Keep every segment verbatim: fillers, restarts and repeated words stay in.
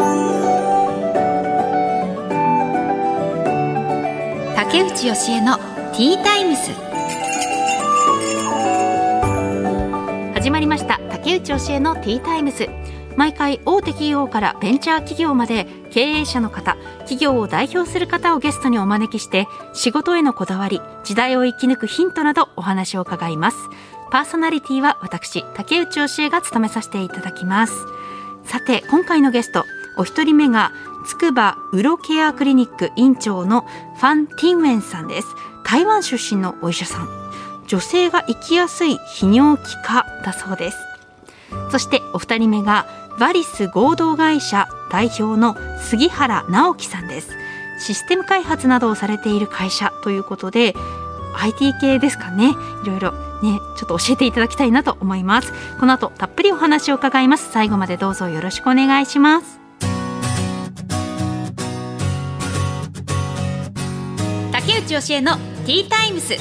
竹内義恵のティータイムス。始まりました。竹内義恵のティータイムス。毎回大手企業からベンチャー企業まで経営者の方、企業を代表する方をゲストにお招きして仕事へのこだわり、時代を生き抜くヒントなどお話を伺います。パーソナリティは私竹内義恵が務めさせていただきます。さて今回のゲスト、お一人目がつくばウロケアクリニック院長のファン・ティンウェンさんです。台湾出身のお医者さん、女性が生きやすい泌尿器科だそうです。そしてお二人目がバリス合同会社代表の杉原直樹さんです。システム開発などをされている会社ということで アイティー 系ですかね。いろいろね、ちょっと教えていただきたいなと思います。この後たっぷりお話を伺います。最後までどうぞよろしくお願いします。竹内義恵のティータイムス。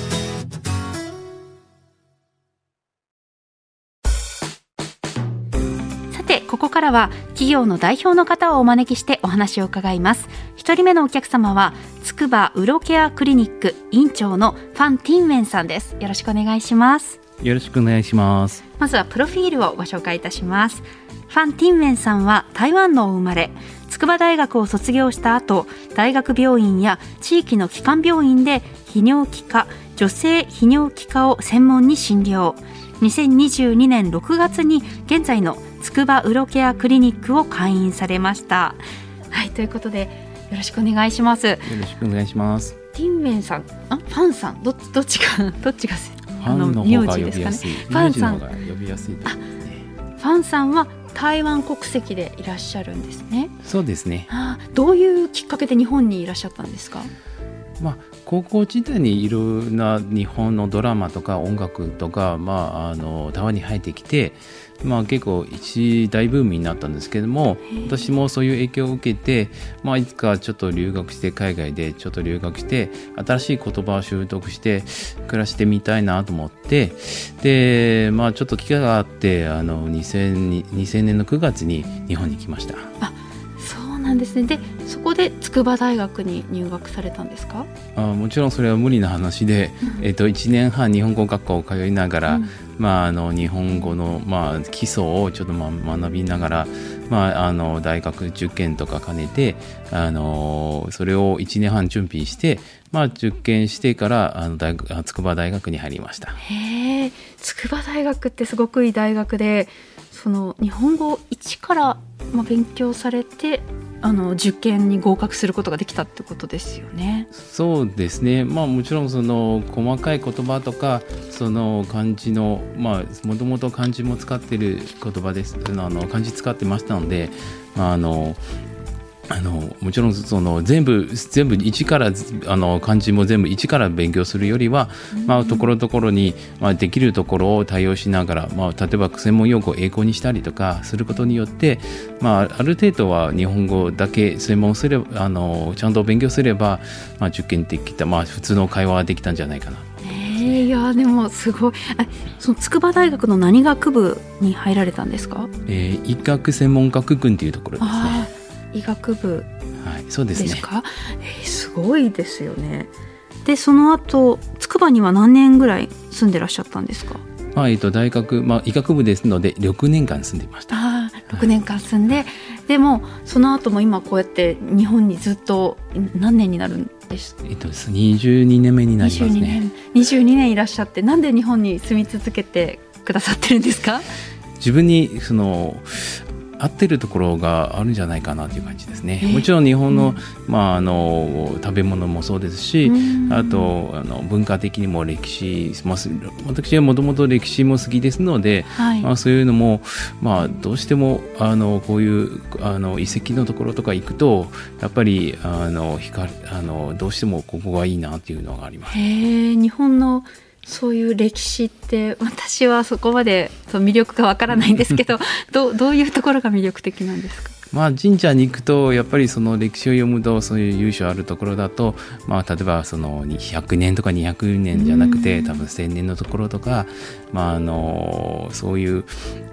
さてここからは企業の代表の方をお招きしてお話を伺います。一人目のお客様はつくばウロケアクリニック院長のファン・ティンウェンさんです。よろしくお願いします。 よろしくお願いします。 まずはプロフィールをご紹介いたします。ファン・ティンウェンさんは台湾のお生まれ、筑波大学を卒業した後、大学病院や地域の基幹病院で泌尿器科、女性泌尿器科を専門に診療。にせんにじゅうにねんろくがつに現在のつくばウロケアクリニックを開院されました。はい、ということでよろしくお願いします。よろしくお願いします。 ティンウェンさん、あ、ファンさん、ど, どっちがどっちがファンの方が呼びやすい。ファンさん、呼びやすいですね。 ファンさんは台湾国籍でいらっしゃるんですね。 そうですね。 あ、どういうきっかけで日本にいらっしゃったんですか？ まあ、高校時代にいろんな日本のドラマとか音楽とか、まあ、あの台湾に入ってきて、まあ、結構一大ブームになったんですけども、私もそういう影響を受けて、まあ、いつかちょっと留学して海外でちょっと留学して新しい言葉を習得して暮らしてみたいなと思って、で、まあ、ちょっと機会があってあのにせんねんのくがつに日本に来ました。 あ、そうなんですね。でそこで筑波大学に入学されたんですか？ あ、もちろんそれは無理な話で、うん、えっと、いちねんはん日本語学校を通いながら、うん、まあ、あの日本語の、まあ、基礎をちょっと、まあ、学びながら、まあ、あの大学受験とか兼ねてあのそれをいちねんはん準備して、まあ、受験してからあの大学筑波大学に入りました。 へー、筑波大学ってすごくいい大学で、その日本語を一から、まあ、勉強されてあの受験に合格することができたってことですよね。 そうですね、まあ、もちろんその細かい言葉とかその漢字の、まあ、もともと漢字も使っている言葉です。あの漢字使ってましたので、まあ、あのあのもちろんその全部全部一からあの漢字も全部一から勉強するよりは、まあ、ところどころに、まあ、できるところを対応しながら、まあ、例えば専門用語を英語にしたりとかすることによって、まあ、ある程度は日本語だけ専門すればあのちゃんと勉強すれば、まあ、受験できた、まあ、普通の会話ができたんじゃないかな。 えー、いやでもすごい。その筑波大学の何学部に入られたんですか？ えー、医学専門学群というところですね。 医学部はい、そうですね。 ですか？えー、すごいですよね。でその後筑波には何年ぐらい住んでらっしゃったんですか？ まあえー、と大学、まあ、医学部ですのでろくねんかん住んでいました。 あ、ろくねんかん住んで、はい、でもその後も今こうやって日本にずっと何年になるんですか？ えー、とにじゅうにねんめになりますね。にじゅうにねん、 にじゅうにねんいらっしゃって、なんで日本に住み続けてくださってるんですか？ 自分にその合ってるところがあるんじゃないかなという感じですね。もちろん日本の、うん、まあ、あの食べ物もそうですし、あとあの文化的にも歴史も、私はもともと歴史も好きですので、はい、まあ、そういうのも、まあ、どうしてもあのこういうあの遺跡のところとか行くとやっぱりあの光あのどうしてもここがいいなというのがあります。 へー、日本のそういう歴史って私はそこまで魅力がわからないんですけどど, どういうところが魅力的なんですか？ まあ、神社に行くとやっぱりその歴史を読むとそういう由緒あるところだと、まあ、例えばそのひゃくねんとかにひゃくねんじゃなくて多分せんねんのところとか、まあ、あのそういう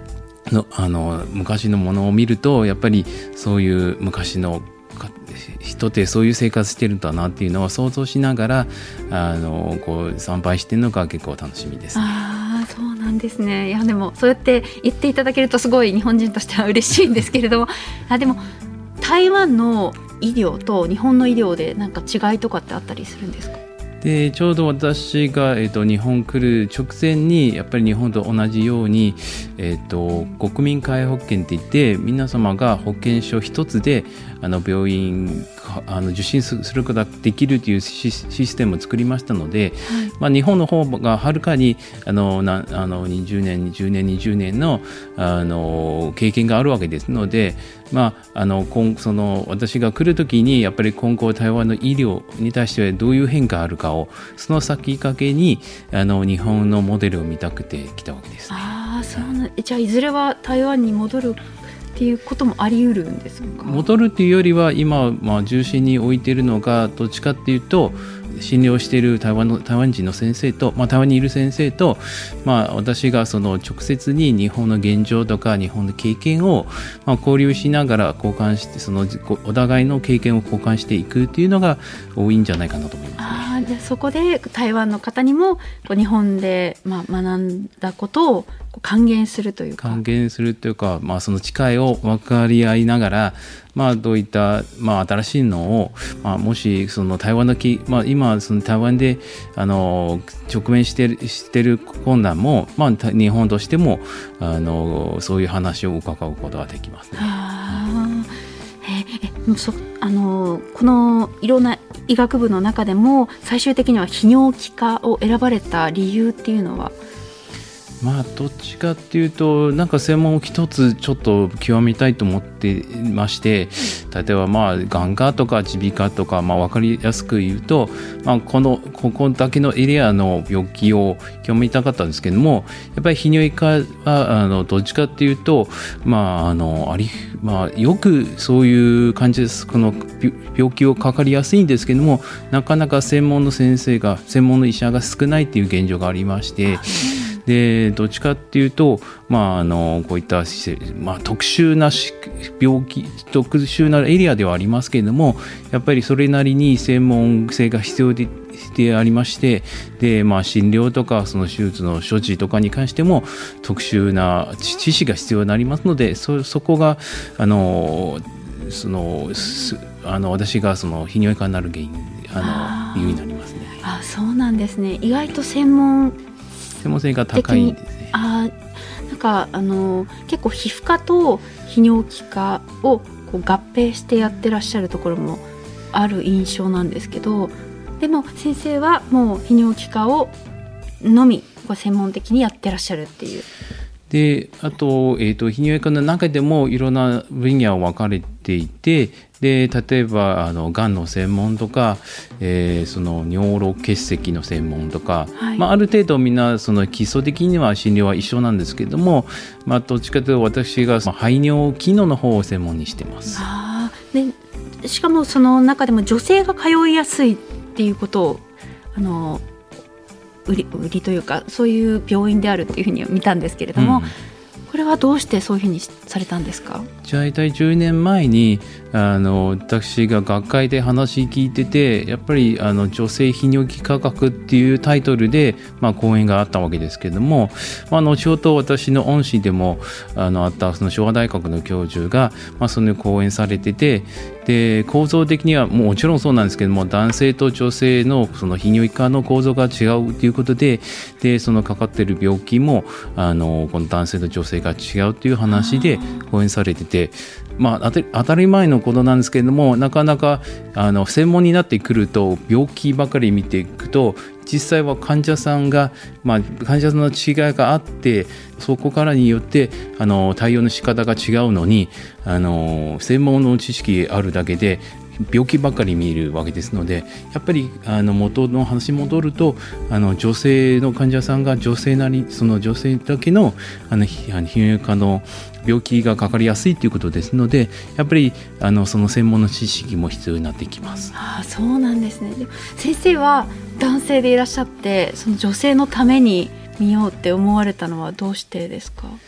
のあの昔のものを見るとやっぱりそういう昔の人ってそういう生活してるんだなっていうのを想像しながらあのこう参拝してるのが結構楽しみですね。 ああ、そうなんですね。いやでもそうやって言っていただけるとすごい日本人としては嬉しいんですけれどもあでも台湾の医療と日本の医療でなんか違いとかってあったりするんですか？ でちょうど私が、えー、と日本来る直前にやっぱり日本と同じように、えー、と国民皆保険っていって皆様が保険証一つであの病院あの受診することができるというシステムを作りましたので、はい、まあ、日本の方がはるかにあのなあのにじゅうねんじゅうねんにじゅうねん の, あの経験があるわけですので、まあ、あの今その私が来るときにやっぱり今後台湾の医療に対してどういう変化があるかをその先駆けにあの日本のモデルを見たくて来たわけですね。 あ、そうな、じゃあいずれは台湾に戻るっていうこともあり得るんですか？ 戻るっていうよりは今、まあ、重心に置いているのがどっちかっていうと診療している台湾の台湾人の先生と、まあ、台湾にいる先生と、まあ、私がその直接に日本の現状とか日本の経験を、まあ、交流しながら交換してそのお互いの経験を交換していくっていうのが多いんじゃないかなと思いますね。 あ、じゃあそこで台湾の方にもこう日本で、まあ、学んだことを還元するというか還元するというか、まあ、その違いを分かり合いながら、まあ、どういった、まあ、新しいのを、まあ、もしその台湾のき、まあ、今その台湾であの直面している、している困難も、まあ、日本としてもあのそういう話を伺うことができますね。 あ、ええそあのこのいろんな医学部の中でも最終的には泌尿器科を選ばれた理由っていうのは？ まあ、どっちかっていうとなんか専門を一つちょっと極めたいと思ってまして、例えばまあ眼科とか耳鼻科とか、まあ、分かりやすく言うと、まあ、このここだけのエリアの病気を極めたかったんですけども、やっぱり泌尿器科はあのどっちかっていうと、まああのありまあ、よくそういう感じです。この病気をかかりやすいんですけども、なかなか専門の先生が専門の医者が少ないっていう現状がありまして、でどっちかっていうと、まあ、あのこういった、まあ、特殊な病気特殊なエリアではありますけれども、やっぱりそれなりに専門性が必要ででありまして、で、まあ、診療とかその手術の処置とかに関しても特殊な知識が必要になりますので、 そ, そこがあのそのあの私がその泌尿器科になる原因あの理由になりますね。 あ、そうなんですね。意外と専門専門性が高いんですね。 あ、なんかあの結構皮膚科と泌尿器科をこう合併してやってらっしゃるところもある印象なんですけど、でも先生はもう泌尿器科をのみこう専門的にやってらっしゃるっていう。 であと、えーと、泌尿器科の中でもいろんな分野を分かれていて、で例えばあのがんの専門とか、えー、その尿路結石の専門とか、はい、まあ、ある程度みんなその基礎的には診療は一緒なんですけれども、まあ、どっちかというと私が排尿機能の方を専門にしてます。 あでしかもその中でも女性が通いやすいっていうことをあの売り、売りというかそういう病院であるっていうふうに見たんですけれども、うん、これはどうしてそういうふうにされたんですか？ 大体じゅうねんまえにあの私が学会で話聞いてて、やっぱりあの女性泌尿器科学っていうタイトルで、まあ、講演があったわけですけれども、まあ、後ほど私の恩師でもあのあったその昭和大学の教授が、まあ、その講演されてて、で構造的にはもちろんそうなんですけども、男性と女性のその泌尿器科の構造が違うということで、でそのかかっている病気もあのこの男性と女性が違うという話で講演されてて、まあ、当たり前のことなんですけれども、なかなかあの専門になってくると病気ばかり見ていくと、実際は患者さんが、まあ、患者さんの違いがあって、そこからによってあの対応の仕方が違うのに、あの専門の知識あるだけで病気ばかり見るわけですので、やっぱりあの元の話に戻ると、あの女性の患者さんが女性なりその女性だけのあの泌尿器科の病気がかかりやすいということですので、やっぱりあのその専門の知識も必要になってきます。 ああ、そうなんですね。で先生は男性でいらっしゃって、その女性のために見ようって思われたのはどうしてですか？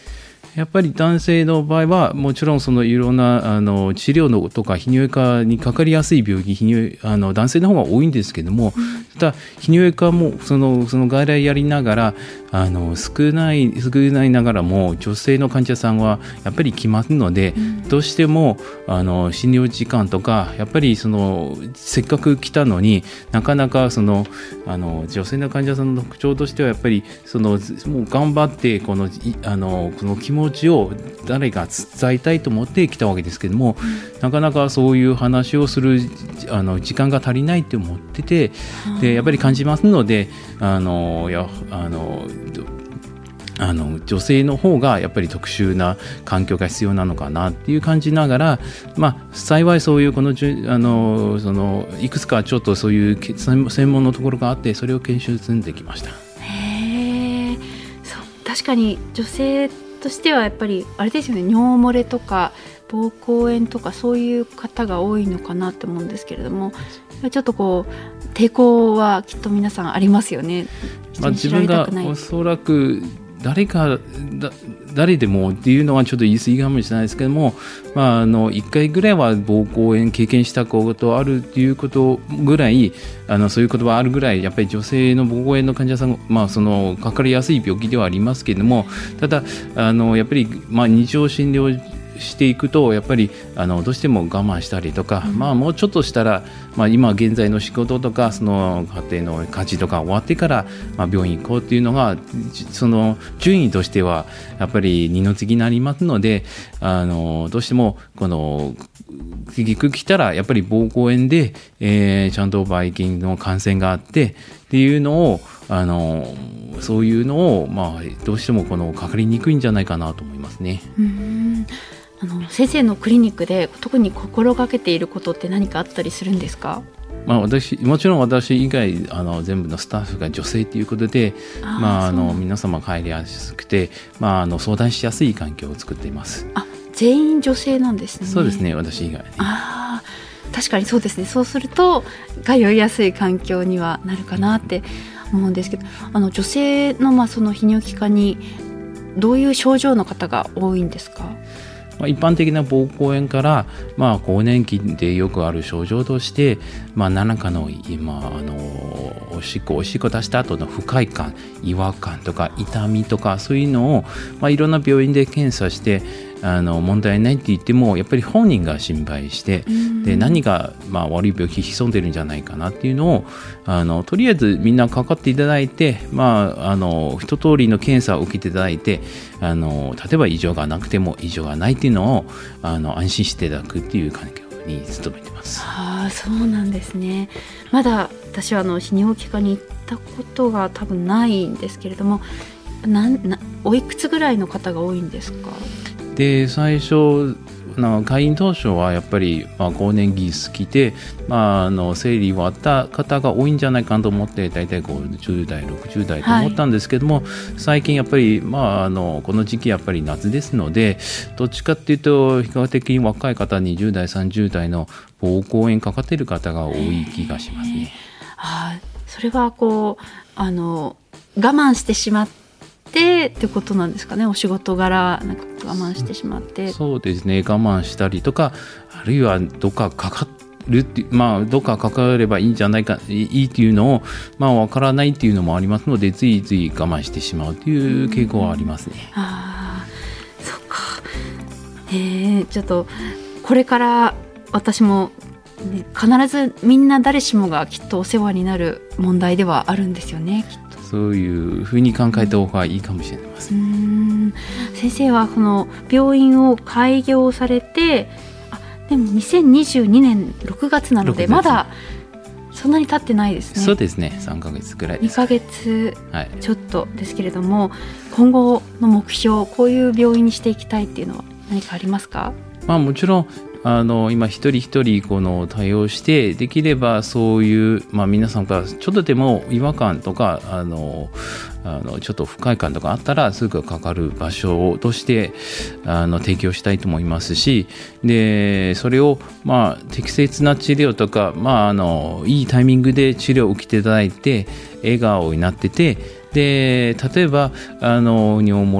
やっぱり男性の場合はもちろんそのいろんなあの治療のとか泌尿科にかかりやすい病気、泌尿あの男性の方が多いんですけども、うん、ただ泌尿科もそのその外来やりながらあの少ない少ないながらも女性の患者さんはやっぱり来ますので、うん、どうしてもあの診療時間とかやっぱりそのせっかく来たのになかなかそのあの女性の患者さんの特徴としてはやっぱりそのもう頑張ってこのあのこの気持ちを誰か伝えたいと思って来たわけですけども、うん、なかなかそういう話をするあの時間が足りないって思ってて、でやっぱり感じますのであのやあのあの女性の方がやっぱり特殊な環境が必要なのかなっていう感じながら、まあ、幸いそういうこのあのそのいくつかちょっとそういう専門のところがあってそれを研修積んできました。 へー、そう確かに女性としてはやっぱりあれですよね、尿漏れとか膀胱炎とかそういう方が多いのかなと思うんですけれども、ちょっとこう抵抗はきっと皆さんありますよね。 まあ、自分がおそらく誰かだ誰でもっていうのはちょっと言い過ぎかもしれないですけども、まあ、あのいっかいぐらいは膀胱炎経験したことあるっていうことぐらいあのそういうことはあるぐらいやっぱり女性の膀胱炎の患者さん、まあ、そのかかりやすい病気ではありますけれども、ただあのやっぱり、まあ、日常診療していくとやっぱりあのどうしても我慢したりとか、うん、まあもうちょっとしたら、まあ、今現在の仕事とかその家庭の家事とか終わってから、まあ、病院行こうっていうのがその順位としてはやっぱり二の次になりますので、あのどうしてもこの結局来たらやっぱり膀胱炎で、えー、ちゃんとばい菌の感染があってっていうのをあのそういうのを、まあ、どうしてもこのかかりにくいんじゃないかなと思いますね。 うーん、あの先生のクリニックで特に心がけていることって何かあったりするんですか？ まあ、私もちろん私以外あの全部のスタッフが女性ということで、あ、まあ、あの皆様帰りやすくて、まあ、あの相談しやすい環境を作っています。 あ、全員女性なんですね。 そうですね、私以外ね。 あ、確かにそうですね。そうすると通いやすい環境にはなるかなって思うんですけど、あの女性の、まあ、その泌尿器科にどういう症状の方が多いんですか？ まあ、一般的な膀胱炎から、まあ、更年期でよくある症状として、まあ、何らかの今あのおしっこおしっこ出した後の不快感、違和感とか痛みとかそういうのを、まあ、いろんな病院で検査してあの問題ないって言ってもやっぱり本人が心配してで何が、まあ、悪い病気潜んでるんじゃないかなっていうのをあのとりあえずみんなかかっていただいて、まあ、あの一通りの検査を受けていただいてあの例えば異常がなくても異常がないっていうのをあの安心していただくっていう環境に努めてます。 ああ、そうなんですね。まだ私はあの泌尿器科に行ったことが多分ないんですけれども、なんなおいくつぐらいの方が多いんですか？ で最初の会員当初はやっぱり、まあ、更年期好きで、まあ、あの生理終わった方が多いんじゃないかなと思ってだいたいごじゅう代ろくじゅう代と思ったんですけども、はい、最近やっぱり、まあ、あのこの時期やっぱり夏ですのでどっちかっていうと比較的に若い方にじゅう代さんじゅう代の膀胱炎かかっている方が多い気がしますね。 あ、それはこうあの我慢してしまってってってことなんですかね。お仕事柄なんか我慢してしまって。 そうですね、我慢したりとかあるいはどっかかかるってまあどっかかかればいいんじゃないかいいっていうのをまあわからないっていうのもありますのでついつい我慢してしまうという傾向はありますね。 ああ、そっか。えー、ちょっとこれから私も必ずみんな誰しもがきっとお世話になる問題ではあるんですよね。きっとそういうふうに考えた方がいいかもしれません。 うーん、先生はこの病院を開業されて、あでもにせんにじゅうにねんろくがつなのでまだそんなに経ってないですね。 そうですね、さんかげつくらいです。 にかげつちょっとですけれども、はい、今後の目標こういう病院にしていきたいっていうのは何かありますか？ まあ、もちろんあの今一人一人この対応してできればそういう、まあ、皆さんがちょっとでも違和感とかあのあのちょっと不快感とかあったらすぐかかる場所としてあの提供したいと思いますし、でそれを、まあ、適切な治療とか、まあ、あのいいタイミングで治療を受けていただいて笑顔になっててで例えばあの尿漏れの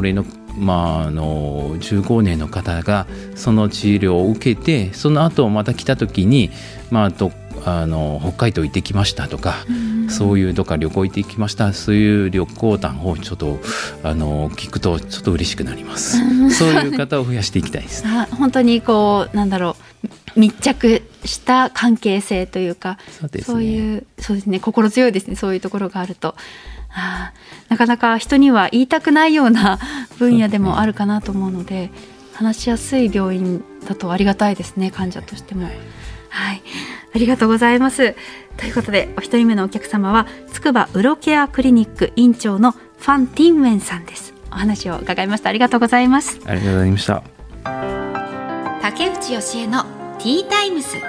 まあ、あのじゅうごねんの方がその治療を受けて、その後また来た時に、まあ、とあの北海道行ってきましたとか、うん、そういうとか旅行行ってきました、そういう旅行談をちょっとあの聞くとちょっと嬉しくなります、うん、そういう方を増やしていきたいです。 あ、本当にこうなんだろう、密着した関係性というか、 そうですね、 そういうそうですね、心強いですね、そういうところがあると。はあ、なかなか人には言いたくないような分野でもあるかなと思うので、ね、話しやすい病院だとありがたいですね、患者としても。はい、はい、ありがとうございます。ということでお一人目のお客様はつくばウロケアクリニック院長のファン・ティンウェンさんです。お話を伺いました。ありがとうございます。 ありがとうございました。 竹内義恵のティータイムス。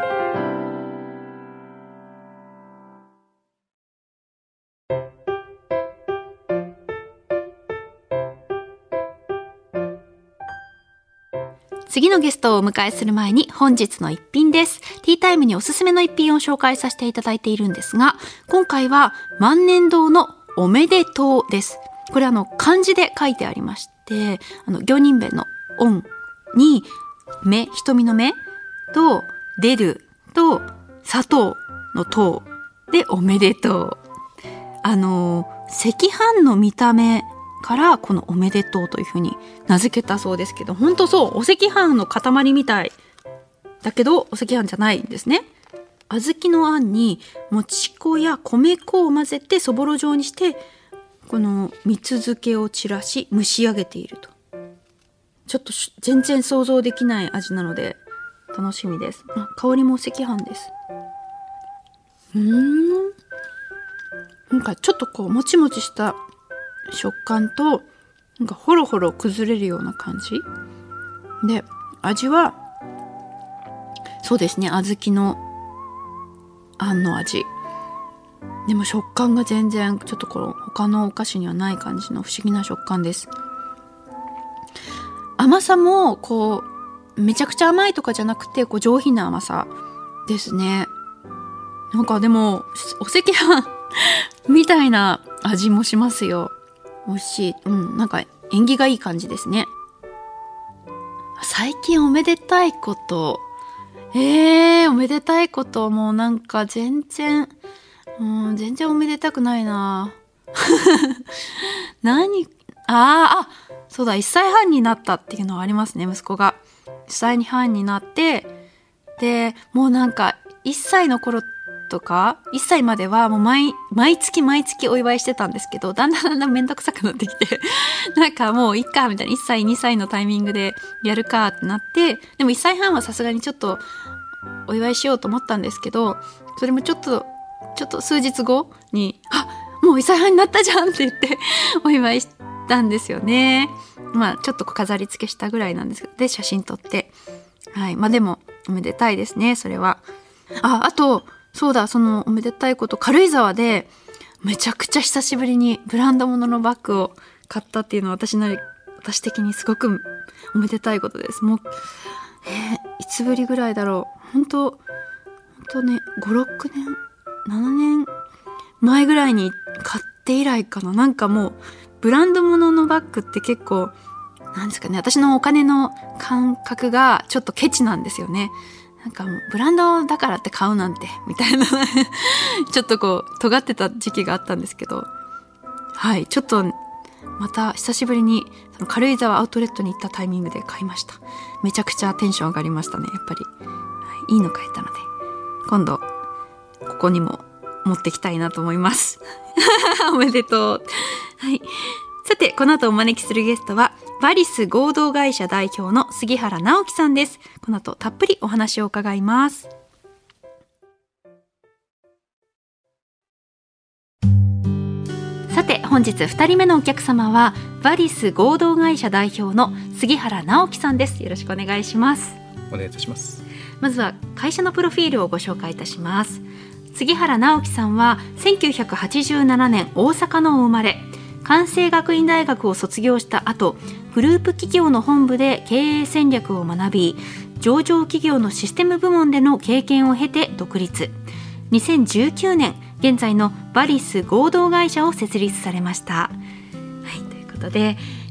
次のゲストをお迎えする前に本日の一品です。ティータイムにおすすめの一品を紹介させていただいているんですが、今回は万年堂のおめでとうです。これあの漢字で書いてありまして、あの行人弁の恩に目、瞳の目と出ると砂糖の糖でおめでとう。あの赤飯の見た目からこのおめでとうというふうに名付けたそうですけど、本当そう、お赤飯の塊みたいだけどお赤飯じゃないんですね。小豆のあんにもち粉や米粉を混ぜてそぼろ状にして、この蜜漬けを散らし蒸し上げていると。ちょっと全然想像できない味なので楽しみです。あ、香りもお赤飯です。うーん、なんかちょっとこうもちもちした食感と、なんかホロホロ崩れるような感じで、味はそうですね、小豆のあんの味でも食感が全然ちょっとこの他のお菓子にはない感じの不思議な食感です。甘さもこうめちゃくちゃ甘いとかじゃなくて、こう上品な甘さですね。なんかでもお赤飯みたいな味もしますよ。美味しい。うん、なんか縁起がいい感じですね。最近おめでたいこと、えー、おめでたいこともうなんか全然、うん、全然おめでたくないな。何、あー、あ、そうだ、いっさいはんになったっていうのはありますね、息子が。いっさいはんになって、で、もうなんかいっさいの頃とかいっさいまではもう 毎, 毎月毎月お祝いしてたんですけど、だんだんだんだんめんどくさくなってきてなんかもういっかみたいな、いっさいにさいのタイミングでやるかってなって、でもいっさいはんはさすがにちょっとお祝いしようと思ったんですけど、それもちょっとちょっと数日後に、あ、もういっさいはんになったじゃんって言ってお祝いしたんですよね。まあちょっと飾り付けしたぐらいなんですけど、で写真撮って、はい、まあでもおめでたいですね、それは。あ、あとそうだ、そのおめでたいこと、軽井沢でめちゃくちゃ久しぶりにブランド物のバッグを買ったっていうのは私なり私的にすごくおめでたいことです。もう、えー、いつぶりぐらいだろう、本当本当ね、ご、ろくねんななねんまえぐらいに買って以来かな。なんかもうブランド物のバッグって結構なんですかね、私のお金の感覚がちょっとケチなんですよね。なんかもうブランドだからって買うなんてみたいなちょっとこう尖ってた時期があったんですけど、はい、ちょっとまた久しぶりにその軽井沢アウトレットに行ったタイミングで買いました。めちゃくちゃテンション上がりましたね、やっぱり。はい、いいの買えたので今度ここにも持ってきたいなと思いますおめでとう。はい、さてこの後お招きするゲストはバリス合同会社代表の杉原直樹さんです。この後たっぷりお話を伺います。さて本日ふたりめのお客様はバリス合同会社代表の杉原直樹さんです。よろしくお願いします。 お願いいたします。 まずは会社のプロフィールをご紹介いたします。杉原直樹さんはせんきゅうひゃくはちじゅうななねん大阪のお生まれ。関西学院大学を卒業した後、グループ企業の本部で経営戦略を学び、上場企業のシステム部門での経験を経て独立。にせんじゅうきゅうねん、現在のバリス合同会社を設立されました。はい、ということで、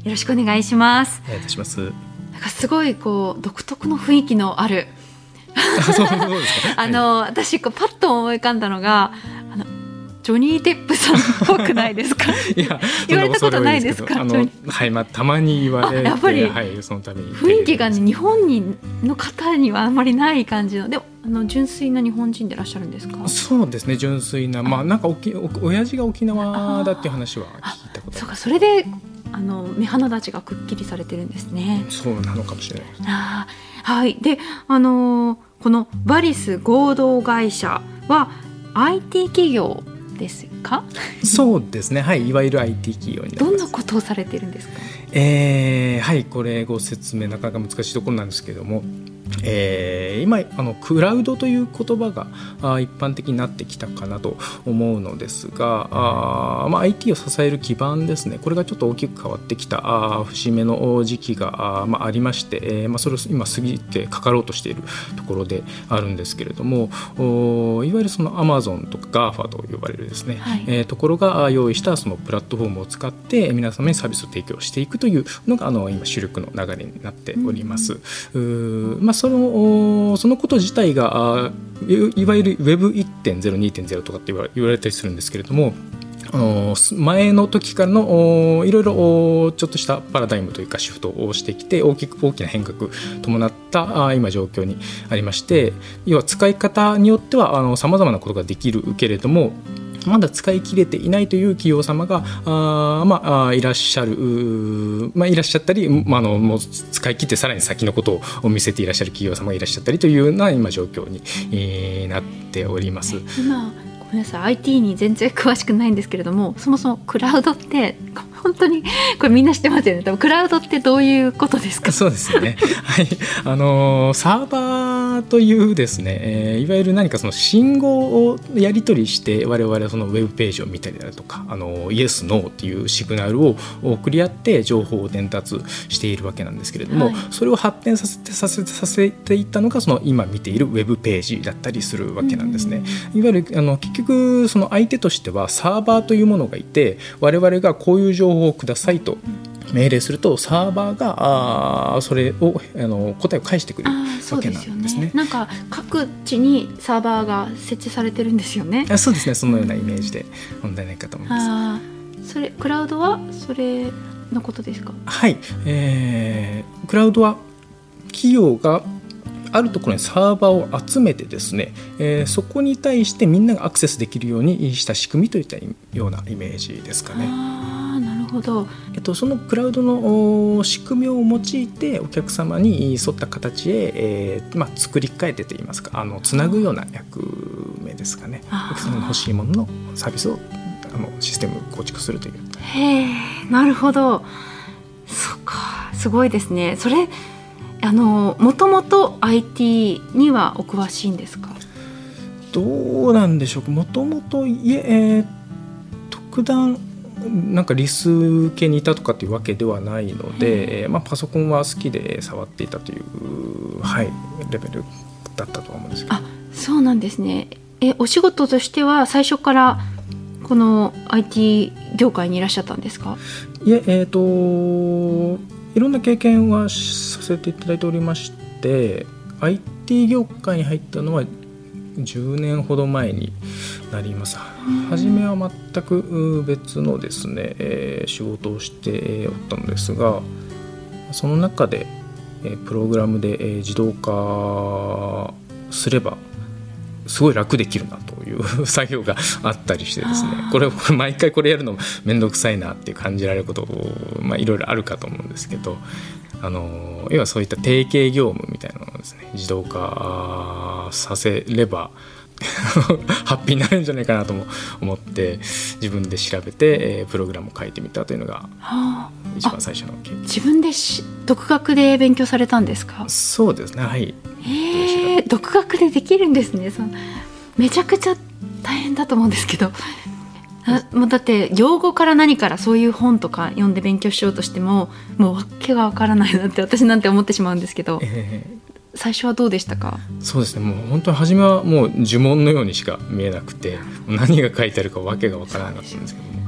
よろしくお願いします。 お願いいたします。 なんかすごいこう独特の雰囲気のあるそうそうですか。 あの、はい、私こうパッと思い浮かんだのがあのジョニー・デップさんっぽくないですか？ いや言われたことないですか？ あの、はいまあ、たまに言われて、 やっぱり、 はい、そのために雰囲気が、ね、日本にの方にはあんまりない感じので、あの純粋な日本人でいらっしゃるんですか？ そうですね、純粋な、まあ、なんかおきお親父が沖縄だっていう話は聞いたことある。 そうか、それであの目鼻立ちがくっきりされてるんですね。 そうなのかもしれない。 あ、はい、で、あのー、このバリス合同会社は アイティー 企業ですか？ そうですね、はい、いわゆる アイティー 企業になります。 どんなことをされているんですか？ えー、はい、これご説明なかなか難しいところなんですけれども、えー、今あのクラウドという言葉があ一般的になってきたかなと思うのですが、あ、まあ、アイティー を支える基盤ですね、これがちょっと大きく変わってきたあ節目の時期が あ,、まあ、ありまして、えーまあ、それを今過ぎてかかろうとしているところであるんですけれども、おいわゆるその Amazon とか ガーファ と呼ばれるですね、はい、えー、ところが用意したそのプラットフォームを使って皆様にサービスを提供していくというのがあの今主力の流れになっております。うん、うまあ、その、そのこと自体がいわゆる ウェブいってんゼロ、にてんゼロ とかって言われたりするんですけれども、あの前の時からのいろいろちょっとしたパラダイムというかシフトをしてきて大きく大きな変革伴った今状況にありまして、要は使い方によってはさまざまなことができるけれどもまだ使い切れていないという企業様があ、まあ、いらっしゃる、まあ、いらっしゃったり、まあ、あのもう使い切ってさらに先のことを見せていらっしゃる企業様がいらっしゃったりというような今状況に、えー、なっております。 今ごめんなさい、 アイティー に全然詳しくないんですけれども、そもそもクラウドって本当にこれみんな知ってますよね。多分クラウドってどういうことですか？ そうですね、はい、あのサーバーというですね、えー、いわゆる何かその信号をやり取りして我々はそのウェブページを見たりだとか、あのイエスノーっていうシグナルを送り合って情報を伝達しているわけなんですけれども、はい、それを発展させてさせてさせていったのがその今見ているウェブページだったりするわけなんですね。いわゆるあの結局その相手としてはサーバーというものがいて、我々がこういう情報をくださいと命令するとサーバーがあそれをあの答えを返してくれるわけなんですね。 なんか各地にサーバーが設置されてるんですよね。 あ、そうですね、そのようなイメージで問題ないかと思います。 あ、それクラウドはそれのことですか？ はい、えー、クラウドは企業があるところにサーバーを集めてですね、えー、そこに対してみんながアクセスできるようにした仕組みといったようなイメージですかね。 あ、なるほど。 えっと、そのクラウドの仕組みを用いてお客様に沿った形へ、えーまあ、作り変えてといいますか、あのつなぐような役目ですかね。お客様に欲しいもののサービスをあのシステム構築するという。 へえ、なるほど。そっか、すごいですね。それあのもともと アイティー にはお詳しいんですか？ どうなんでしょうか。もともといええー、特段なんかリス系にいたとかっていうわけではないので、えーまあ、パソコンは好きで触っていたという、はい、レベルだったとは思うんですけど。 あ、そうなんですね。え、お仕事としては最初からこの アイティー 業界にいらっしゃったんですか？ いえ、えーといろんな経験はさせていただいておりまして、 アイティー 業界に入ったのはじゅうねんほど前になります。初めは全く別のですね、えー、仕事をしておったのですが、その中で、えー、プログラムで、えー、自動化すればすごい楽できるなという作業があったりしてですね、これ毎回これやるのめんどくさいなっていう感じられることまあいろいろあるかと思うんですけど、あの要はそういった定型業務みたいなのをですね自動化させればハッピーになるんじゃないかなとも思って自分で調べて、えー、プログラムを書いてみたというのが一番最初の経験。 自分でし独学で勉強されたんですか？ そうですね、はい。 えー、独学でできるんですね。そのめちゃくちゃ大変だと思うんですけど、あ、もうだって用語から何からそういう本とか読んで勉強しようとしてももう訳がわからないなって私なんて思ってしまうんですけど、えー、最初はどうでしたか？ そうですね、もう本当に初めはもう呪文のようにしか見えなくて何が書いてあるか訳がわからなかったんですけども、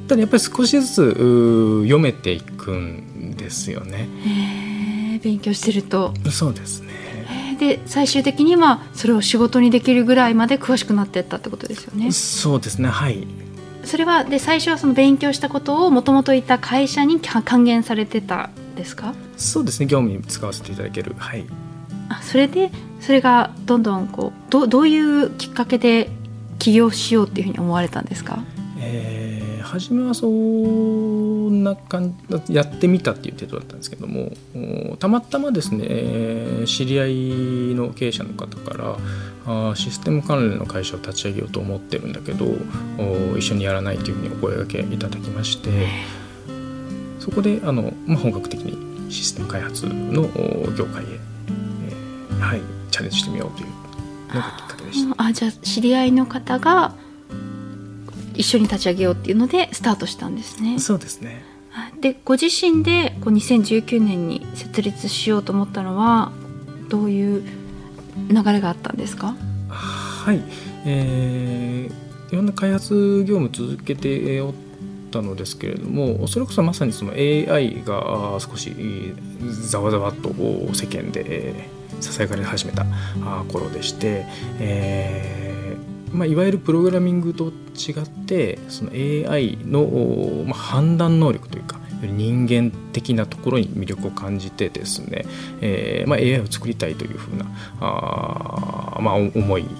ただやっぱり少しずつ読めていくんですよね。 へー、勉強してると。 そうですね。 で最終的にはそれを仕事にできるぐらいまで詳しくなっていったってことですよね。 そうですね、はい。 それはで最初はその勉強したことをもともといた会社に還元されてたんですか？ そうですね、業務に使わせていただける。はい。 あ、それでそれがどんどんこう ど, どういうきっかけで起業しようっていうふうに思われたんですか？ えー、初めはそんな感じやってみたっていう程度だったんですけども、たまたまですね、えー、知り合いの経営者の方からあシステム関連の会社を立ち上げようと思ってるんだけど一緒にやらないというふうにお声掛けいただきまして、そこであの、まあ、本格的にシステム開発の業界へ、えーはい、チャレンジしてみようというのがきっかけでした。 あ、じゃあ知り合いの方が一緒に立ち上げようっていうのでスタートしたんですね。 そうですね。 でご自身でこうにせんじゅうきゅうねんに設立しようと思ったのはどういう流れがあったんですか？ はい、えー、いろんな開発業務続けておったのですけれども、それこそまさにその エーアイ が少しざわざわっと世間でささやかれ始めた頃でして、えーまあ、いわゆるプログラミングと違ってその エーアイ の、まあ、判断能力というか人間的なところに魅力を感じてですね、えーまあ、エーアイ を作りたいというふうなあ、まあ、思い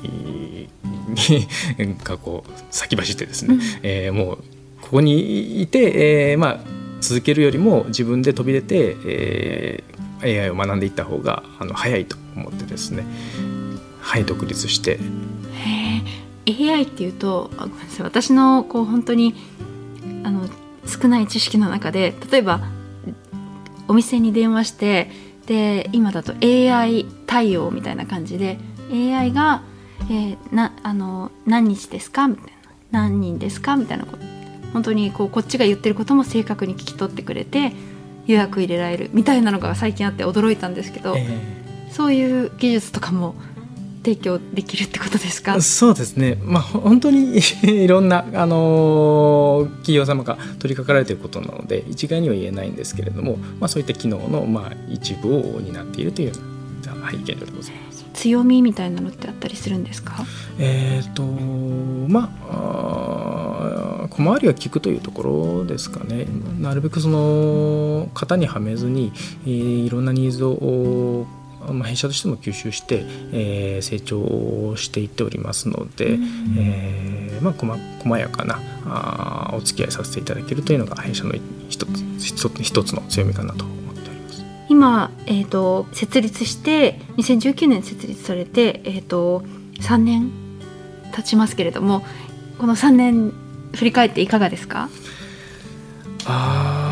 がこう先走ってですね、うんえー、もうここにいて、えーまあ、続けるよりも自分で飛び出て、えー、エーアイ を学んでいった方があの早いと思ってですね、はい、独立して。 へー、エーアイ っていうとあごめんなさい、私のこう本当にあの少ない知識の中で、例えばお店に電話してで今だと エーアイ 対応みたいな感じで エーアイ が、えー、なあの何日ですかみたいな、何人ですかみたいなこと、本当にこうこっちが言ってることも正確に聞き取ってくれて予約入れられるみたいなのが最近あって驚いたんですけど、えー、そういう技術とかも提供できるってことですか？ そうですね、まあ、本当にいろんな、あのー、企業様が取り掛かられていることなので一概には言えないんですけれども、まあ、そういった機能の、まあ、一部を担っているというような背景でございます。 強みみたいなのってあったりするんですか？ えーとまあ、あ小回りが利くというところですかね。なるべくその型にはめずに、えー、いろんなニーズをまあ、弊社としても吸収して、えー、成長していっておりますので、えーまあ、こま細やかなあお付き合いさせていただけるというのが弊社の一つ、一つ、一つの強みかなと思っております。 今、えーと、設立してにせんじゅうきゅうねん設立されて、えーと、さんねん経ちますけれども、このさんねん振り返っていかがですか？ あ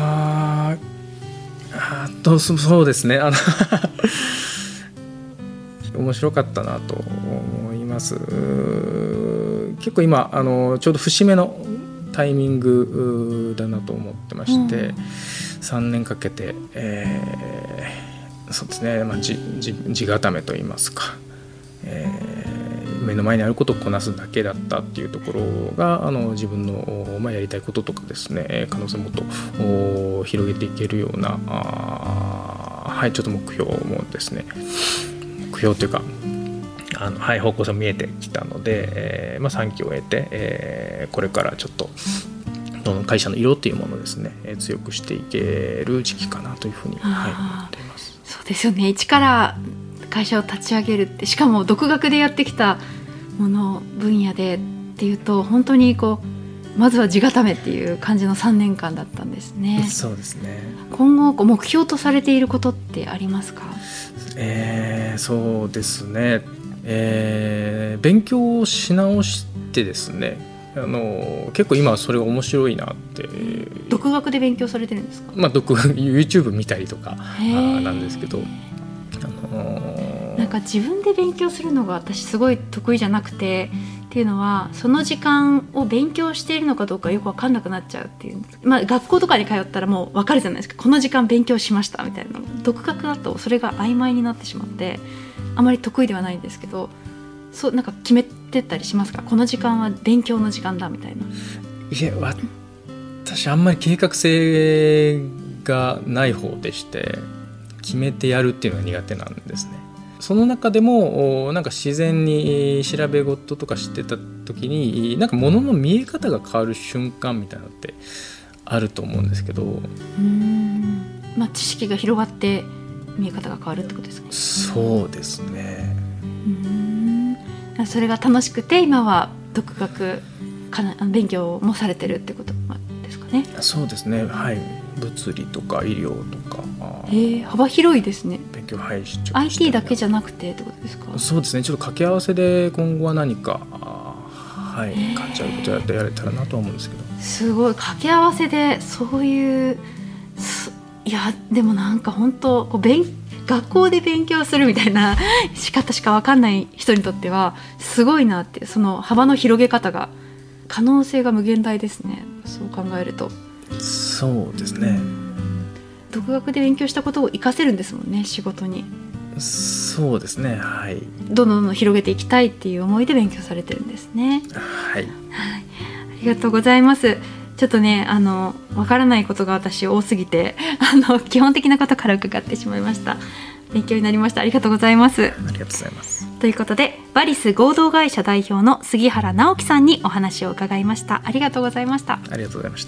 あとそうですね、あの面白かったなと思います。結構今あのちょうど節目のタイミングだなと思ってまして、うん、さんねんかけて、えー、そうですね、まあ、地, 地, 地固めといいますか、えー、目の前にあることをこなすだけだったっていうところがあの自分の、まあ、やりたいこととかですね、可能性をもっと広げていけるようなあ、はい、ちょっと目標もですね、目標というかあの、はい、方向性も見えてきたので、えーまあ、さんきを得て、えー、これからちょっと会社の色というものをですね、えー、強くしていける時期かなというふうに、はい、思っています。 そうですよね、一から会社を立ち上げるって、しかも独学でやってきたもの分野でっていうと、本当にこうまずは地固めっていう感じのさんねんかんだったんですね。 そうですね。 今後こう目標とされていることってありますか？ えー、そうですね、えー、勉強し直してですね、あの結構今それが面白いなって。 独学で勉強されてるんですか？ まあ、独学 YouTube 見たりとかなんですけど、あのー、 なんか自分で勉強するのが私すごい得意じゃなくて、っていうのはその時間を勉強しているのかどうかよく分かんなくなっちゃうっていう、まあ、学校とかに通ったらもう分かるじゃないですか、この時間勉強しましたみたいなの。独学だとそれが曖昧になってしまってあまり得意ではないんですけど、そう、なんか決めてたりしますか？この時間は勉強の時間だみたいな。 いや私あんまり計画性がない方でして、決めてやるっていうのが苦手なんですね。その中でもなんか自然に調べ事とかしてた時になんか物の見え方が変わる瞬間みたいなのってあると思うんですけど、うーん、まあ、知識が広がって見え方が変わるってことですかね。 そうですね。 うーん、それが楽しくて今は独学かな勉強もされてるってことですかね。 そうですね、はい。物理とか医療とか、 えー、幅広いですね。 勉強、はい、 アイティー だけじゃなくてってことですか。 そうですね、ちょっと掛け合わせで今後は何か、はい、感じ合うことやってやれたらなとは思うんですけど。 すごい掛け合わせでそういう、いやでもなんか本当こう勉学校で勉強するみたいな仕方しか分かんない人にとってはすごいなって、その幅の広げ方が可能性が無限大ですね。そう考えると。 そうですね、 独学で勉強したことを活かせるんですもんね、仕事に。 そうですね、はい。 どんどんどんどん広げていきたいっていう思いで勉強されてるんですね。 はい、はい、 ありがとうございます。ちょっとね、あのわからないことが私多すぎて、あの基本的なことから伺ってしまいました。勉強になりました。ありがとうございます。 ありがとうございます。 ということで、バリス合同会社代表の杉原直樹さんにお話を伺いました。ありがとうございました。 ありがとうございました。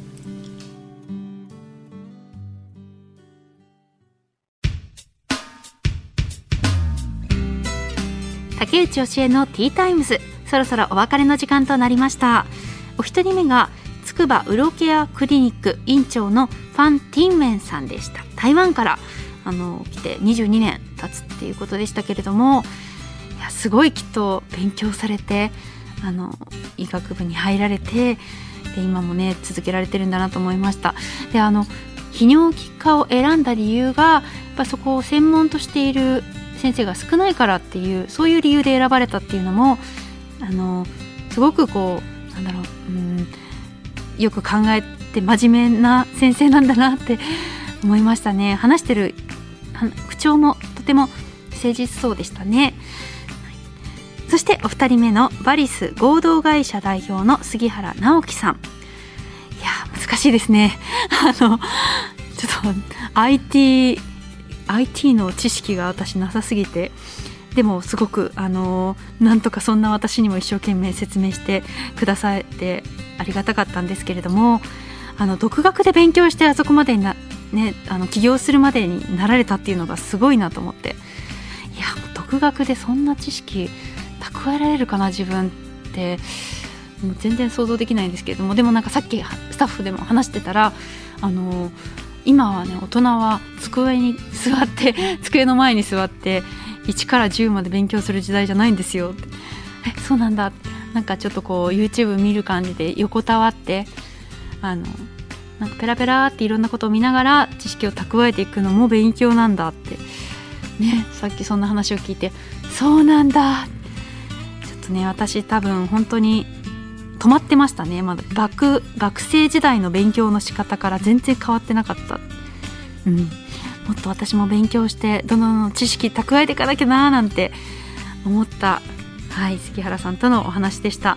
竹内教えのティータイムズ、そろそろお別れの時間となりました。お一人目がつくばウロケアクリニック院長のファン・ティンメンさんでした。台湾からあの来てにじゅうにねん経つっていうことでしたけれども、いやすごいきっと勉強されて、あの医学部に入られて、で今もね続けられてるんだなと思いました。であの泌尿器科を選んだ理由がやっぱそこを専門としている先生が少ないからっていう、そういう理由で選ばれたっていうのも、あのすごくこうなんだろう、うん、よく考えて真面目な先生なんだなって思いましたね。話してる口調もとても誠実そうでしたね。そしてお二人目のバリス合同会社代表の杉原直樹さん。いや難しいですね。あのちょっと アイティーアイティー の知識が私なさすぎて、でもすごくあのなんとかそんな私にも一生懸命説明してくださってありがたかったんですけれども、あの独学で勉強してあそこまでにな、ね、あの起業するまでになられたっていうのがすごいなと思って、いや独学でそんな知識蓄えられるかな自分ってもう全然想像できないんですけれども、でもなんかさっきスタッフでも話してたら、あの今はね大人は机に座って机の前に座っていちからじゅうまで勉強する時代じゃないんですよって。えそうなんだ。なんかちょっとこう YouTube 見る感じで横たわってあのなんかペラペラっていろんなことを見ながら知識を蓄えていくのも勉強なんだってね、さっきそんな話を聞いてそうなんだ。ちょっとね私多分本当に止まってましたね。まだ 学, 学生時代の勉強の仕方から全然変わってなかった、うん、もっと私も勉強してどんどんどん知識蓄えていかなきゃななんて思った、はい、杉原さんとのお話でした。はい、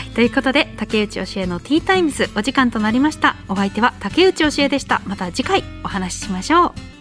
ということで竹内教えのティータイムズお時間となりました。お相手は竹内教えでした。また次回お話ししましょう。